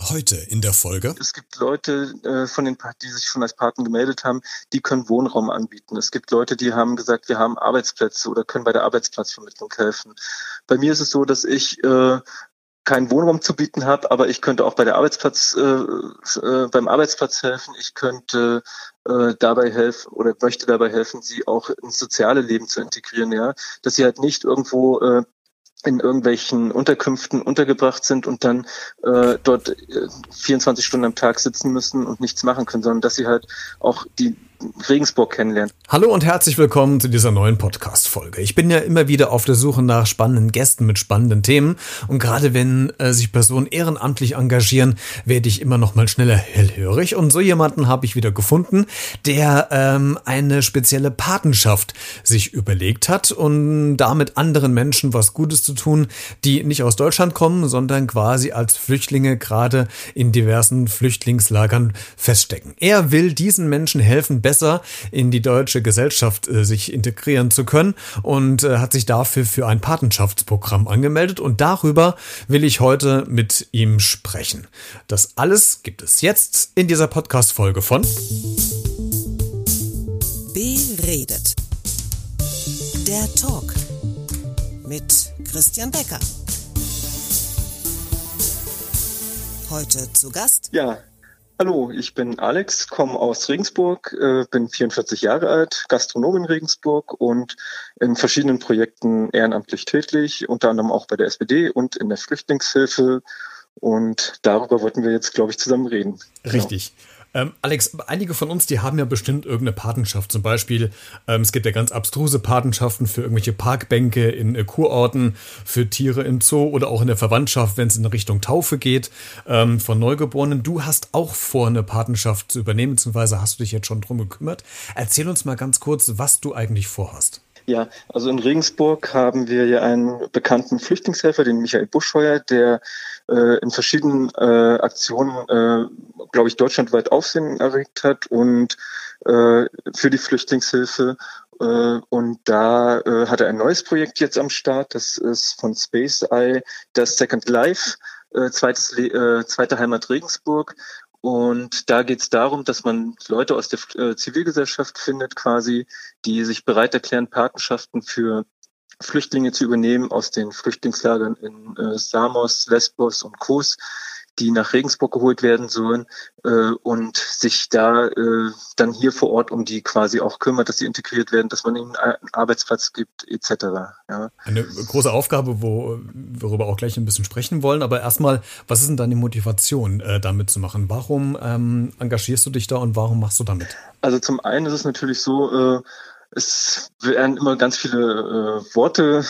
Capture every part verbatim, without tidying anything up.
Heute in der Folge. Es gibt Leute, äh, von den, die sich schon als Paten gemeldet haben, die können Wohnraum anbieten. Es gibt Leute, die haben gesagt, wir haben Arbeitsplätze oder können bei der Arbeitsplatzvermittlung helfen. Bei mir ist es so, dass ich äh, keinen Wohnraum zu bieten habe, aber ich könnte auch bei der Arbeitsplatz, äh, äh, beim Arbeitsplatz helfen. Ich könnte äh, dabei helfen oder möchte dabei helfen, sie auch ins soziale Leben zu integrieren, ja, dass sie halt nicht irgendwo äh, in irgendwelchen Unterkünften untergebracht sind und dann äh, dort äh, vierundzwanzig Stunden am Tag sitzen müssen und nichts machen können, sondern dass sie halt auch die Regensburg kennenlernen. Hallo und herzlich willkommen zu dieser neuen Podcast-Folge. Ich bin ja immer wieder auf der Suche nach spannenden Gästen mit spannenden Themen und gerade wenn äh, sich Personen ehrenamtlich engagieren, werde ich immer noch mal schneller hellhörig und so jemanden habe ich wieder gefunden, der ähm, eine spezielle Patenschaft sich überlegt hat und damit anderen Menschen was Gutes zu tun, die nicht aus Deutschland kommen, sondern quasi als Flüchtlinge gerade in diversen Flüchtlingslagern feststecken. Er will diesen Menschen helfen, besser in die deutsche Gesellschaft äh, sich integrieren zu können und äh, hat sich dafür für ein Patenschaftsprogramm angemeldet und darüber will ich heute mit ihm sprechen. Das alles gibt es jetzt in dieser Podcast-Folge von Beredet. Der Talk mit Christian Becker. Heute zu Gast. Ja. Hallo, ich bin Alex, komme aus Regensburg, äh, bin vierundvierzig Jahre alt, Gastronom in Regensburg und in verschiedenen Projekten ehrenamtlich tätig, unter anderem auch bei der S P D und in der Flüchtlingshilfe. Und darüber wollten wir jetzt, glaube ich, zusammen reden. Richtig. Genau. Ähm, Alex, einige von uns, die haben ja bestimmt irgendeine Patenschaft. Zum Beispiel, ähm, es gibt ja ganz abstruse Patenschaften für irgendwelche Parkbänke in äh, Kurorten, für Tiere im Zoo oder auch in der Verwandtschaft, wenn es in Richtung Taufe geht, ähm, von Neugeborenen. Du hast auch vor, eine Patenschaft zu übernehmen, beziehungsweise hast du dich jetzt schon drum gekümmert. Erzähl uns mal ganz kurz, was du eigentlich vorhast. Ja, also in Regensburg haben wir ja einen bekannten Flüchtlingshelfer, den Michael Buscheuer, der äh, in verschiedenen äh, Aktionen, äh, glaube ich, deutschlandweit Aufsehen erregt hat und äh, für die Flüchtlingshilfe. Äh, und da äh, hat er ein neues Projekt jetzt am Start. Das ist von Space Eye, das Second Life, äh, zweites Le- äh, zweite Heimat Regensburg. Und da geht es darum, dass man Leute aus der äh, Zivilgesellschaft findet, quasi, die sich bereit erklären, Patenschaften für Flüchtlinge zu übernehmen aus den Flüchtlingslagern in äh, Samos, Lesbos und Kos, die nach Regensburg geholt werden sollen äh, und sich da äh, dann hier vor Ort um die quasi auch kümmert, dass sie integriert werden, dass man ihnen einen Arbeitsplatz gibt, et cetera. Ja. Eine große Aufgabe, wo, worüber auch gleich ein bisschen sprechen wollen. Aber erstmal, was ist denn deine Motivation, äh, damit zu machen? Warum ähm, engagierst du dich da und warum machst du damit? Also zum einen ist es natürlich so, äh, es werden immer ganz viele äh, Worte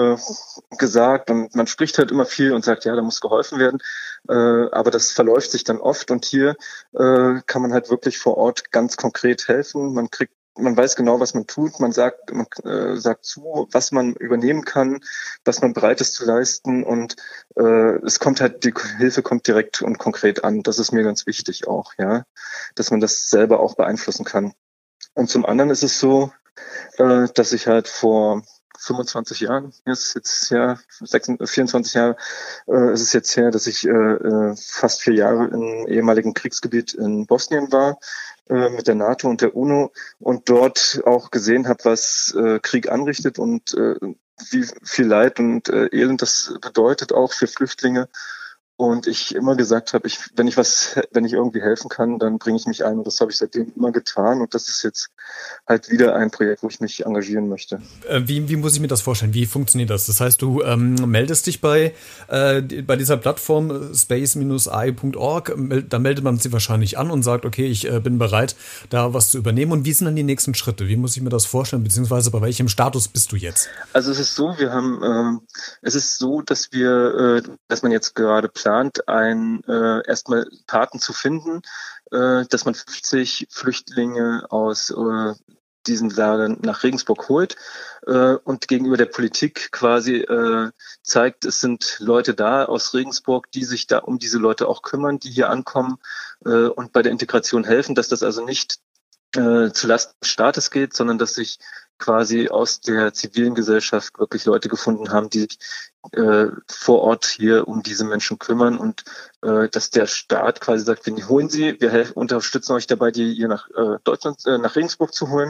äh, gesagt und man spricht halt immer viel und sagt, ja, da muss geholfen werden. Äh, aber das verläuft sich dann oft und hier äh, kann man halt wirklich vor Ort ganz konkret helfen. Man kriegt, man weiß genau, was man tut. Man sagt, man äh, sagt zu, was man übernehmen kann, was man bereit ist zu leisten und äh, es kommt halt, die Hilfe kommt direkt und konkret an. Das ist mir ganz wichtig auch, ja, dass man das selber auch beeinflussen kann. Und zum anderen ist es so, äh, dass ich halt vor fünfundzwanzig Jahren, jetzt jetzt ja vierundzwanzig Jahre äh, ist es jetzt her, dass ich äh, fast vier Jahre im ehemaligen Kriegsgebiet in Bosnien war äh, mit der NATO und der UNO und dort auch gesehen habe, was äh, Krieg anrichtet und äh, wie viel Leid und äh, Elend das bedeutet auch für Flüchtlinge. Und ich immer gesagt habe, ich, wenn ich was, wenn ich irgendwie helfen kann, dann bringe ich mich ein. Und das habe ich seitdem immer getan. Und das ist jetzt halt wieder ein Projekt, wo ich mich engagieren möchte. Äh, wie, wie muss ich mir das vorstellen? Wie funktioniert das? Das heißt, du ähm, meldest dich bei, äh, bei dieser Plattform space eye punkt org. Da meldet man sich wahrscheinlich an und sagt, okay, ich äh, bin bereit, da was zu übernehmen. Und wie sind dann die nächsten Schritte? Wie muss ich mir das vorstellen? Beziehungsweise bei welchem Status bist du jetzt? Also es ist so, wir haben, äh, es ist so, dass wir, äh, dass man jetzt gerade plant, ein äh, erstmal Paten zu finden, äh, dass man fünfzig Flüchtlinge aus äh, diesen Lagern nach Regensburg holt äh, und gegenüber der Politik quasi äh, zeigt, es sind Leute da aus Regensburg, die sich da um diese Leute auch kümmern, die hier ankommen äh, und bei der Integration helfen, dass das also nicht äh, zulasten des Staates geht, sondern dass sich quasi aus der zivilen Gesellschaft wirklich Leute gefunden haben, die sich äh, vor Ort hier um diese Menschen kümmern und äh, dass der Staat quasi sagt, wir holen sie, wir helfen, unterstützen euch dabei, die hier nach äh, Deutschland, äh, nach Regensburg zu holen,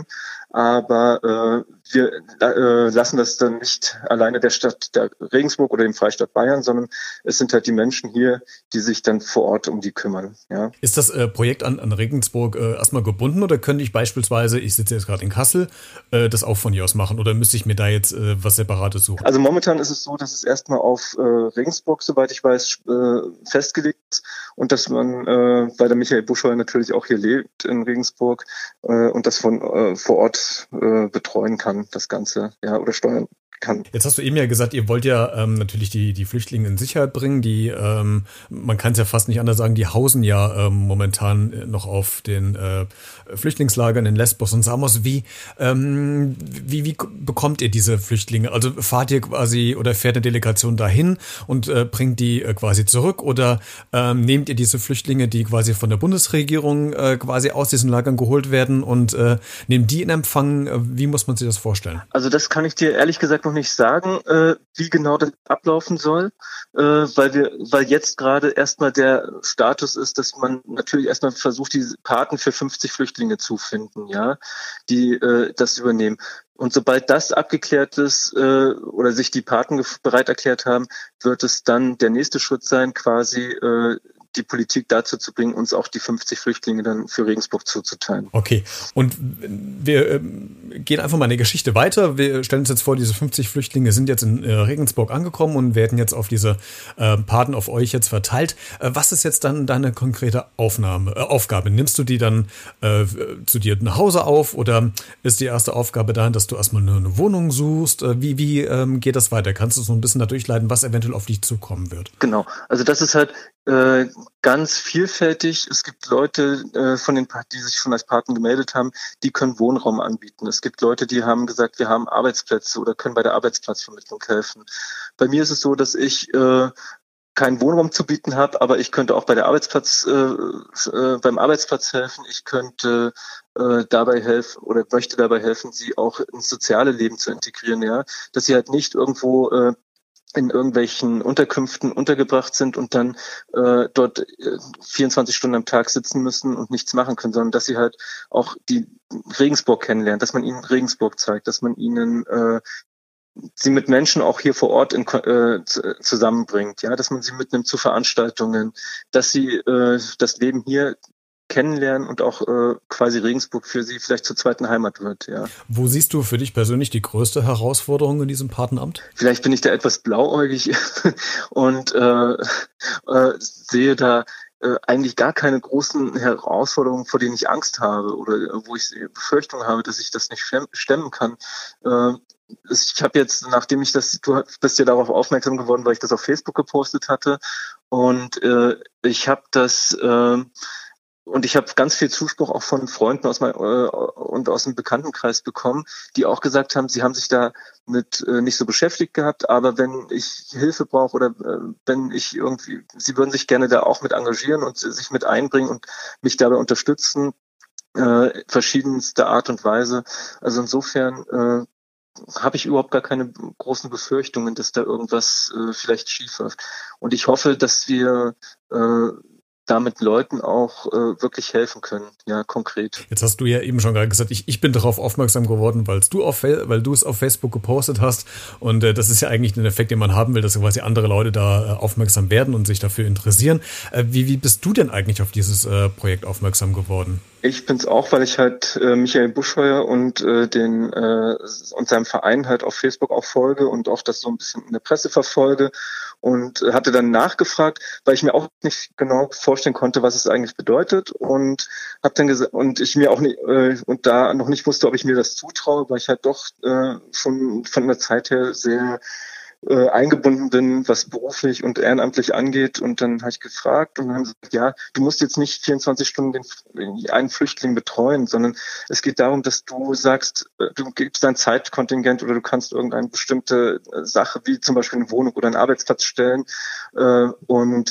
aber äh, wir äh, lassen das dann nicht alleine der Stadt der Regensburg oder dem Freistaat Bayern, sondern es sind halt die Menschen hier, die sich dann vor Ort um die kümmern. Ja. Ist das äh, Projekt an, an Regensburg äh, erstmal gebunden oder könnte ich beispielsweise, ich sitze jetzt gerade in Kassel, äh, das auch von hier aus machen oder müsste ich mir da jetzt äh, was Separates suchen? Also momentan ist es so, dass es erstmal auf äh, Regensburg, soweit ich weiß, äh, festgelegt ist und dass man, äh, weil der Michael Buscheuer natürlich auch hier lebt in Regensburg äh, und das von äh, vor Ort äh, betreuen kann, das Ganze, ja, oder steuern kann. Jetzt hast du eben ja gesagt, ihr wollt ja ähm, natürlich die die Flüchtlinge in Sicherheit bringen. Die ähm, man kann es ja fast nicht anders sagen, die hausen ja ähm, momentan noch auf den äh, Flüchtlingslagern in Lesbos und Samos. Wie ähm, wie wie bekommt ihr diese Flüchtlinge? Also fahrt ihr quasi oder fährt eine Delegation dahin und äh, bringt die äh, quasi zurück oder ähm, nehmt ihr diese Flüchtlinge, die quasi von der Bundesregierung äh, quasi aus diesen Lagern geholt werden und äh, nehmt die in Empfang? Wie muss man sich das vorstellen? Also das kann ich dir ehrlich gesagt noch nicht sagen, äh, wie genau das ablaufen soll, äh, weil wir, weil jetzt gerade erstmal der Status ist, dass man natürlich erstmal versucht, die Paten für fünfzig Flüchtlinge zu finden, ja, die äh, das übernehmen. Und sobald das abgeklärt ist äh, oder sich die Paten bereit erklärt haben, wird es dann der nächste Schritt sein, quasi äh, die Politik dazu zu bringen, uns auch die fünfzig Flüchtlinge dann für Regensburg zuzuteilen. Okay, und wir äh, gehen einfach mal eine Geschichte weiter. Wir stellen uns jetzt vor, diese fünfzig Flüchtlinge sind jetzt in äh, Regensburg angekommen und werden jetzt auf diese äh, Paten auf euch jetzt verteilt. Äh, was ist jetzt dann deine konkrete Aufnahme, äh, Aufgabe? Nimmst du die dann äh, zu dir nach Hause auf oder ist die erste Aufgabe dahin, dass du erstmal eine, eine Wohnung suchst? Äh, wie wie ähm, geht das weiter? Kannst du so ein bisschen da durchleiten, was eventuell auf dich zukommen wird? Genau, also das ist halt äh, ganz vielfältig. Es gibt Leute, äh, von den, die sich schon als Paten gemeldet haben, die können Wohnraum anbieten. Es gibt Leute, die haben gesagt, wir haben Arbeitsplätze oder können bei der Arbeitsplatzvermittlung helfen. Bei mir ist es so, dass ich äh, keinen Wohnraum zu bieten habe, aber ich könnte auch bei der Arbeitsplatz, äh, äh, beim Arbeitsplatz helfen. Ich könnte äh, dabei helfen oder möchte dabei helfen, sie auch ins soziale Leben zu integrieren, ja, dass sie halt nicht irgendwo äh, in irgendwelchen Unterkünften untergebracht sind und dann äh, dort äh, vierundzwanzig Stunden am Tag sitzen müssen und nichts machen können, sondern dass sie halt auch die Regensburg kennenlernen, dass man ihnen Regensburg zeigt, dass man ihnen äh, sie mit Menschen auch hier vor Ort in, äh, zusammenbringt, ja, dass man sie mitnimmt zu Veranstaltungen, dass sie äh, das Leben hier kennenlernen und auch äh, quasi Regensburg für sie vielleicht zur zweiten Heimat wird, ja. Wo siehst du für dich persönlich die größte Herausforderung in diesem Patenamt? Vielleicht bin ich da etwas blauäugig und äh, äh, sehe da äh, eigentlich gar keine großen Herausforderungen, vor denen ich Angst habe oder äh, wo ich Befürchtung habe, dass ich das nicht stemmen kann. Äh, ich habe jetzt, nachdem ich das, du bist ja darauf aufmerksam geworden, weil ich das auf Facebook gepostet hatte und äh, ich habe das äh, Und ich habe ganz viel Zuspruch auch von Freunden aus meinem äh, und aus dem Bekanntenkreis bekommen, die auch gesagt haben, sie haben sich da mit äh, nicht so beschäftigt gehabt, aber wenn ich Hilfe brauche oder äh, wenn ich irgendwie, sie würden sich gerne da auch mit engagieren und sich mit einbringen und mich dabei unterstützen, äh, verschiedenste Art und Weise. Also insofern äh, habe ich überhaupt gar keine großen Befürchtungen, dass da irgendwas äh, vielleicht schief läuft. Und ich hoffe, dass wir äh, damit Leuten auch äh, wirklich helfen können, ja, konkret. Jetzt hast du ja eben schon gerade gesagt, ich, ich bin darauf aufmerksam geworden, weil du auf, weil du es auf Facebook gepostet hast und äh, das ist ja eigentlich ein Effekt, den man haben will, dass quasi andere Leute da äh, aufmerksam werden und sich dafür interessieren. Äh, wie, wie bist du denn eigentlich auf dieses äh, Projekt aufmerksam geworden? Ich bin's auch, weil ich halt äh, Michael Buscheuer und äh, den äh, und seinem Verein halt auf Facebook auch folge und auch das so ein bisschen in der Presse verfolge und äh, hatte dann nachgefragt, weil ich mir auch nicht genau vorstellen konnte, was es eigentlich bedeutet und habe dann gesagt und ich mir auch nicht äh, und da noch nicht wusste, ob ich mir das zutraue, weil ich halt doch äh, schon von der Zeit her sehr äh, eingebunden bin, was beruflich und ehrenamtlich angeht. Und dann habe ich gefragt und dann haben sie gesagt, ja, du musst jetzt nicht vierundzwanzig Stunden den, einen Flüchtling betreuen, sondern es geht darum, dass du sagst, du gibst dein Zeitkontingent oder du kannst irgendeine bestimmte Sache, wie zum Beispiel eine Wohnung oder einen Arbeitsplatz stellen äh, und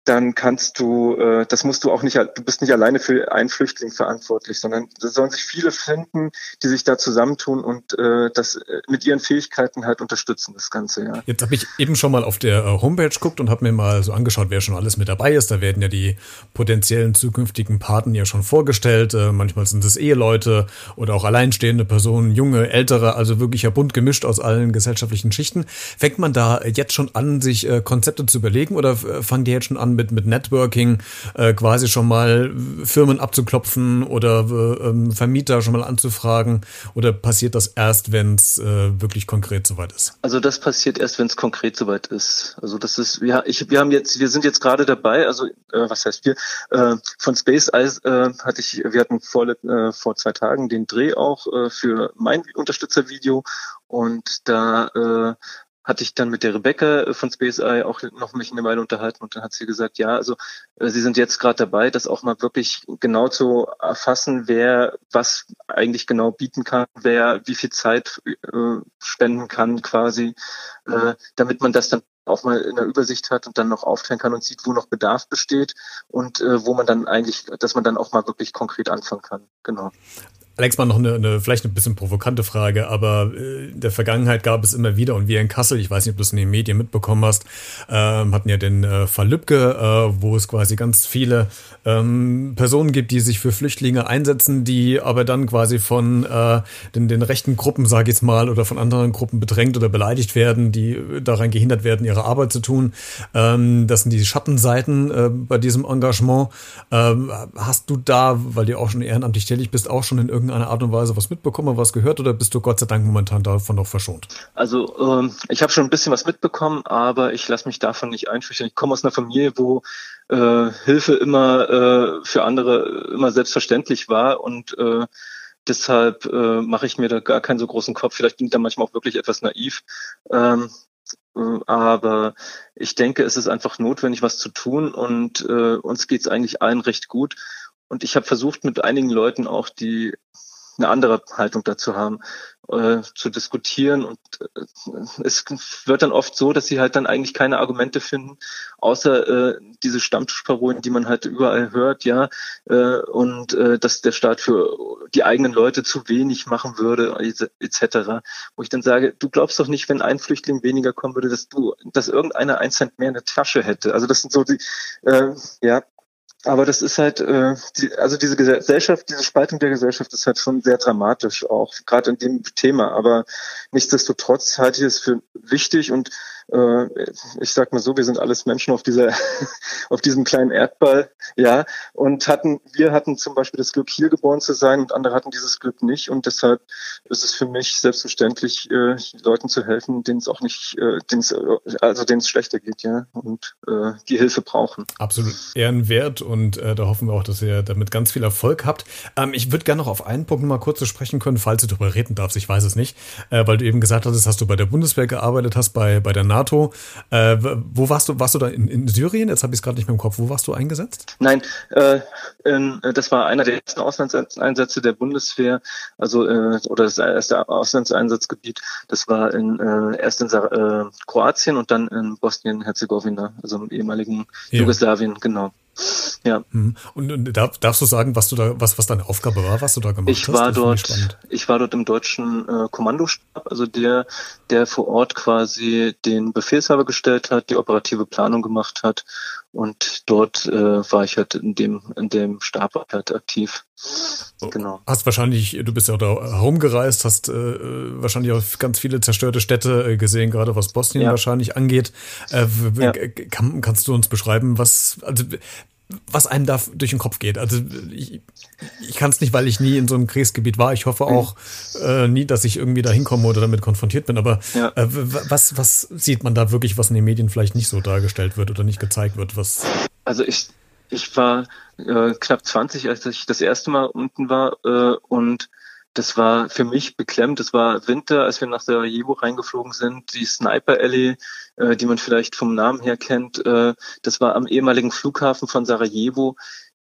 dann kannst du, äh, das musst du auch nicht, du bist nicht alleine für einen Flüchtling verantwortlich, sondern es sollen sich viele finden, die sich da zusammentun und äh, das äh, mit ihren Fähigkeiten halt unterstützen, das Ganze, ja. Jetzt habe ich eben schon mal auf der äh, Homepage geguckt und habe mir mal so angeschaut, wer schon alles mit dabei ist. Da werden ja die potenziellen zukünftigen Paten ja schon vorgestellt. Äh, manchmal sind es Eheleute oder auch alleinstehende Personen, junge, ältere, also wirklich ja bunt gemischt aus allen gesellschaftlichen Schichten. Fängt man da jetzt schon an, sich äh, Konzepte zu überlegen oder äh, fangen die jetzt schon an mit mit Networking, äh, quasi schon mal Firmen abzuklopfen oder äh, Vermieter schon mal anzufragen, oder passiert das erst, wenn es äh, wirklich konkret soweit ist? Also das passiert erst, wenn es konkret soweit ist. Also das ist, ja, ich, wir haben jetzt, wir sind jetzt gerade dabei, also äh, was heißt wir? Äh, von Space Eyes äh, hatte ich, wir hatten vor, äh, vor zwei Tagen den Dreh auch äh, für mein Unterstützervideo, und da äh, hatte ich dann mit der Rebecca von Space Eye auch noch mich eine Weile unterhalten, und dann hat sie gesagt, ja, also äh, sie sind jetzt gerade dabei, das auch mal wirklich genau zu erfassen, wer was eigentlich genau bieten kann, wer wie viel Zeit äh, spenden kann quasi, äh, damit man das dann auch mal in der Übersicht hat und dann noch aufteilen kann und sieht, wo noch Bedarf besteht und äh, wo man dann eigentlich, dass man dann auch mal wirklich konkret anfangen kann. Genau. Alex, mal noch eine, eine vielleicht ein bisschen provokante Frage, aber äh, in der Vergangenheit gab es immer wieder, und wir in Kassel, ich weiß nicht, ob du es in den Medien mitbekommen hast, ähm, hatten ja den äh, Fall Lübcke, äh, wo es quasi ganz viele ähm, Personen gibt, die sich für Flüchtlinge einsetzen, die aber dann quasi von äh, den, den rechten Gruppen, sage ich jetzt mal, oder von anderen Gruppen bedrängt oder beleidigt werden, die daran gehindert werden, ihre Arbeit zu tun. Ähm, das sind die Schattenseiten äh, bei diesem Engagement. Ähm, hast du da, weil du auch schon ehrenamtlich tätig bist, auch schon in irgendeiner einer Art und Weise was mitbekommen, was gehört, oder bist du Gott sei Dank momentan davon noch verschont? Also ähm, ich habe schon ein bisschen was mitbekommen, aber ich lasse mich davon nicht einschüchtern. Ich komme aus einer Familie, wo äh, Hilfe immer äh, für andere immer selbstverständlich war, und äh, deshalb äh, mache ich mir da gar keinen so großen Kopf. Vielleicht bin ich da manchmal auch wirklich etwas naiv. Ähm, äh, aber ich denke, es ist einfach notwendig, was zu tun, und äh, uns geht es eigentlich allen recht gut. Und ich habe versucht, mit einigen Leuten auch, die eine andere Haltung dazu haben, äh, zu diskutieren. Und äh, es wird dann oft so, dass sie halt dann eigentlich keine Argumente finden, außer äh, diese Stammtischparolen, die man halt überall hört, ja, äh, und äh, dass der Staat für die eigenen Leute zu wenig machen würde, et cetera. Wo ich dann sage, du glaubst doch nicht, wenn ein Flüchtling weniger kommen würde, dass du, dass irgendeiner ein Cent mehr in der Tasche hätte. Also das sind so die, äh, ja. Aber das ist halt, äh, die, also diese Gesellschaft, diese Spaltung der Gesellschaft ist halt schon sehr dramatisch, auch gerade in dem Thema. Aber nichtsdestotrotz halte ich es für wichtig, und äh, ich sag mal so, wir sind alles Menschen auf dieser, auf diesem kleinen Erdball, ja. Und hatten, wir hatten zum Beispiel das Glück, hier geboren zu sein, und andere hatten dieses Glück nicht. Und deshalb ist es für mich selbstverständlich, äh, Leuten zu helfen, denen es auch nicht, äh, denen es, also denen es schlechter geht, ja, und äh, die Hilfe brauchen. Absolut ehrenwert. Und äh, da hoffen wir auch, dass ihr damit ganz viel Erfolg habt. Ähm, ich würde gerne noch auf einen Punkt mal kurz zu sprechen können, falls du darüber reden darfst. Ich weiß es nicht, äh, weil du eben gesagt hast, hast du bei der Bundeswehr gearbeitet, hast bei bei der NATO. Äh, wo warst du? Warst du da in, in Syrien? Jetzt habe ich es gerade nicht mehr im Kopf. Wo warst du eingesetzt? Nein, äh, in, das war einer der ersten Auslandseinsätze der Bundeswehr, also äh, oder das erste Auslandseinsatzgebiet. Das war in, äh, erst in äh, Kroatien und dann in Bosnien-Herzegowina, also im ehemaligen ja. Jugoslawien, genau. Ja. Und, und darf, darfst du sagen, was du da, was, was deine Aufgabe war, was du da gemacht ich hast? War dort, ich, ich war dort im deutschen äh, Kommandostab, also der, der vor Ort quasi den Befehlshaber gestellt hat, die operative Planung gemacht hat, und dort äh, war ich halt in dem, in dem Stab halt aktiv. Genau. Hast wahrscheinlich, du bist ja da herumgereist, hast äh, wahrscheinlich auch ganz viele zerstörte Städte gesehen, gerade was Bosnien ja. wahrscheinlich angeht. Äh, ja. kann, kannst du uns beschreiben, was, also was einem da durch den Kopf geht? Also ich, ich kann es nicht, weil ich nie in so einem Kriegsgebiet war. Ich hoffe auch äh, nie, dass ich irgendwie da hinkomme oder damit konfrontiert bin. Aber ja. äh, was, was sieht man da wirklich, was in den Medien vielleicht nicht so dargestellt wird oder nicht gezeigt wird? Was? Also ich, ich war äh, knapp zwanzig, als ich das erste Mal unten war, äh, und das war für mich beklemmt. Es war Winter, als wir nach Sarajevo reingeflogen sind. Die Sniper Alley, äh, die man vielleicht vom Namen her kennt, äh, das war am ehemaligen Flughafen von Sarajevo. Äh,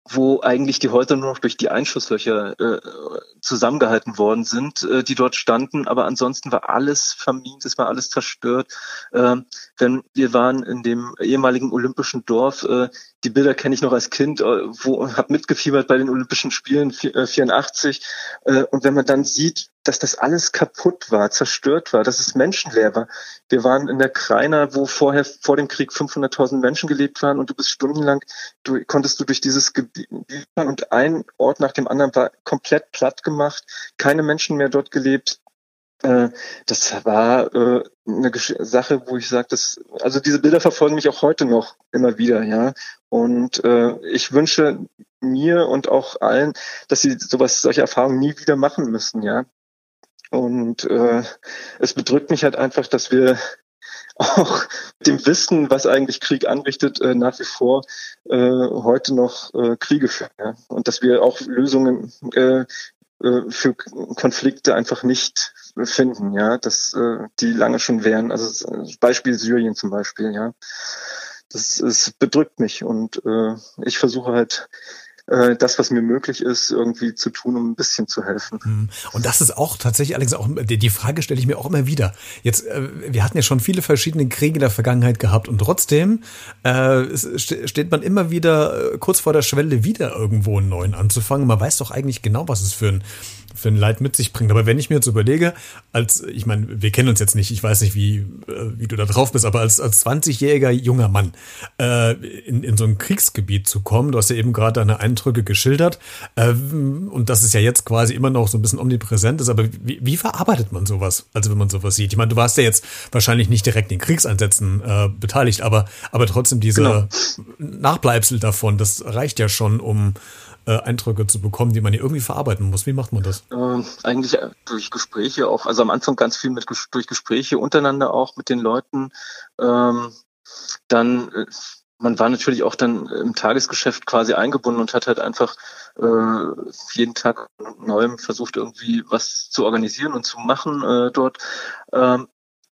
wo eigentlich die Häuser nur noch durch die Einschusslöcher äh, zusammengehalten worden sind, äh, die dort standen. Aber ansonsten war alles vermint, es war alles zerstört. Äh, denn wir waren in dem ehemaligen Olympischen Dorf. Äh, die Bilder kenne ich noch als Kind, äh, wo habe mitgefiebert bei den Olympischen Spielen vierundachtzig. Äh, und wenn man dann sieht, dass das alles kaputt war, zerstört war, dass es menschenleer war. Wir waren in der Kraina, wo vorher vor dem Krieg fünfhunderttausend Menschen gelebt waren und du bist stundenlang, du konntest du durch dieses Gebiet fahren und ein Ort nach dem anderen war komplett platt gemacht, keine Menschen mehr dort gelebt. Äh, das war äh, eine Gesch- Sache, wo ich sage, dass also diese Bilder verfolgen mich auch heute noch immer wieder, ja. Und äh, ich wünsche mir und auch allen, dass sie sowas, solche Erfahrungen nie wieder machen müssen, ja. Und äh, es bedrückt mich halt einfach, dass wir auch mit dem Wissen, was eigentlich Krieg anrichtet, äh, nach wie vor äh, heute noch äh, Kriege führen. Ja? Und dass wir auch Lösungen äh, äh, für Konflikte einfach nicht finden, ja, dass äh, die lange schon wären. Also Beispiel Syrien zum Beispiel, ja. Das, das bedrückt mich und äh, ich versuche halt das, was mir möglich ist, irgendwie zu tun, um ein bisschen zu helfen. Und das ist auch tatsächlich, Alex, auch die Frage stelle ich mir auch immer wieder. Jetzt, wir hatten ja schon viele verschiedene Kriege in der Vergangenheit gehabt und trotzdem äh, steht man immer wieder kurz vor der Schwelle, wieder irgendwo einen neuen anzufangen. Man weiß doch eigentlich genau, was es für ein für ein Leid mit sich bringt. Aber wenn ich mir jetzt überlege, als, ich meine, wir kennen uns jetzt nicht, ich weiß nicht, wie wie du da drauf bist, aber als als zwanzigjähriger junger Mann äh, in in so ein Kriegsgebiet zu kommen, du hast ja eben gerade deine Eindrücke geschildert äh, und das ist ja jetzt quasi immer noch so ein bisschen omnipräsent ist, aber wie, wie verarbeitet man sowas, also wenn man sowas sieht? Ich meine, du warst ja jetzt wahrscheinlich nicht direkt in Kriegseinsätzen äh, beteiligt, aber aber trotzdem diese genau. Nachbleibsel davon, das reicht ja schon, um Eindrücke zu bekommen, die man hier irgendwie verarbeiten muss. Wie macht man das? Ähm, eigentlich durch Gespräche auch, also am Anfang ganz viel mit durch Gespräche untereinander auch mit den Leuten. Ähm, dann, äh, man war natürlich auch dann im Tagesgeschäft quasi eingebunden und hat halt einfach äh, jeden Tag neu versucht, irgendwie was zu organisieren und zu machen äh, dort. Ähm,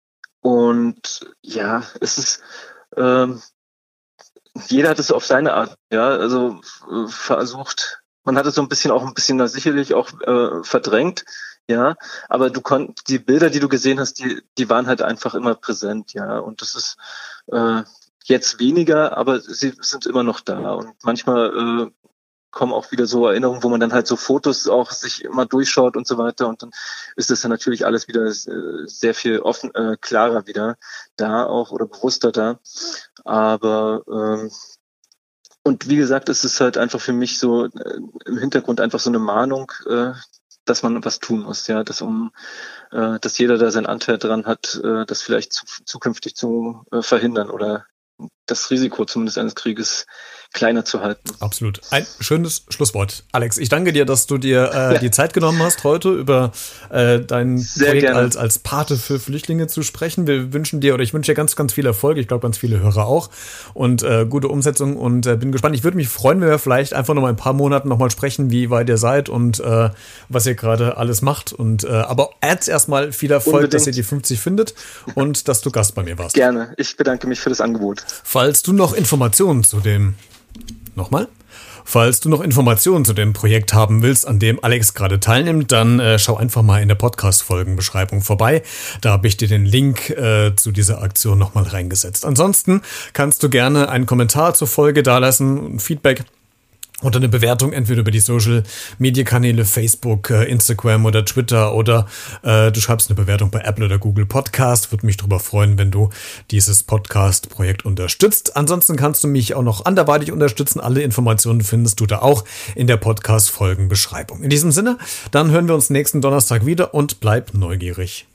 und ja, es ist ähm, jeder hat es auf seine Art, ja, also äh, versucht, man hat es so ein bisschen auch ein bisschen da sicherlich auch äh, verdrängt, ja, aber du konntest, die Bilder, die du gesehen hast, die die waren halt einfach immer präsent, ja, und das ist äh, jetzt weniger, aber sie sind immer noch da und manchmal äh, kommen auch wieder so Erinnerungen, wo man dann halt so Fotos auch sich immer durchschaut und so weiter und dann ist das dann natürlich alles wieder sehr viel offen, äh, klarer wieder da auch oder bewusster da. Aber ähm, und wie gesagt, es ist halt einfach für mich so äh, im Hintergrund einfach so eine Mahnung, äh, dass man was tun muss, ja, dass um äh, dass jeder da seinen Anteil dran hat, äh, das vielleicht zu, zukünftig zu äh, verhindern oder das Risiko zumindest eines Krieges kleiner zu halten. Absolut. Ein schönes Schlusswort. Alex, ich danke dir, dass du dir äh, ja. die Zeit genommen hast, heute über äh, dein Sehr Projekt gerne. als als Pate für Flüchtlinge zu sprechen. Wir wünschen dir, oder ich wünsche dir ganz, ganz viel Erfolg. Ich glaube, ganz viele Hörer auch. Und äh, gute Umsetzung und äh, bin gespannt. Ich würde mich freuen, wenn wir vielleicht einfach noch mal ein paar Monaten noch mal sprechen, wie weit ihr seid und äh, was ihr gerade alles macht. Und äh, aber jetzt erstmal viel Erfolg, Unbedingt. dass ihr die fünfzig findet und dass du Gast bei mir warst. Gerne. Ich bedanke mich für das Angebot. Falls du noch Informationen zu dem Nochmal? Falls du noch Informationen zu dem Projekt haben willst, an dem Alex gerade teilnimmt, dann äh, schau einfach mal in der Podcast-Folgenbeschreibung vorbei. Da habe ich dir den Link äh, zu dieser Aktion nochmal reingesetzt. Ansonsten kannst du gerne einen Kommentar zur Folge dalassen, ein Feedback oder eine Bewertung entweder über die Social-Media-Kanäle Facebook, äh, Instagram oder Twitter oder äh, du schreibst eine Bewertung bei Apple oder Google Podcast. Würde mich darüber freuen, wenn du dieses Podcast-Projekt unterstützt. Ansonsten kannst du mich auch noch anderweitig unterstützen. Alle Informationen findest du da auch in der Podcast-Folgenbeschreibung. In diesem Sinne, dann hören wir uns nächsten Donnerstag wieder und bleib neugierig.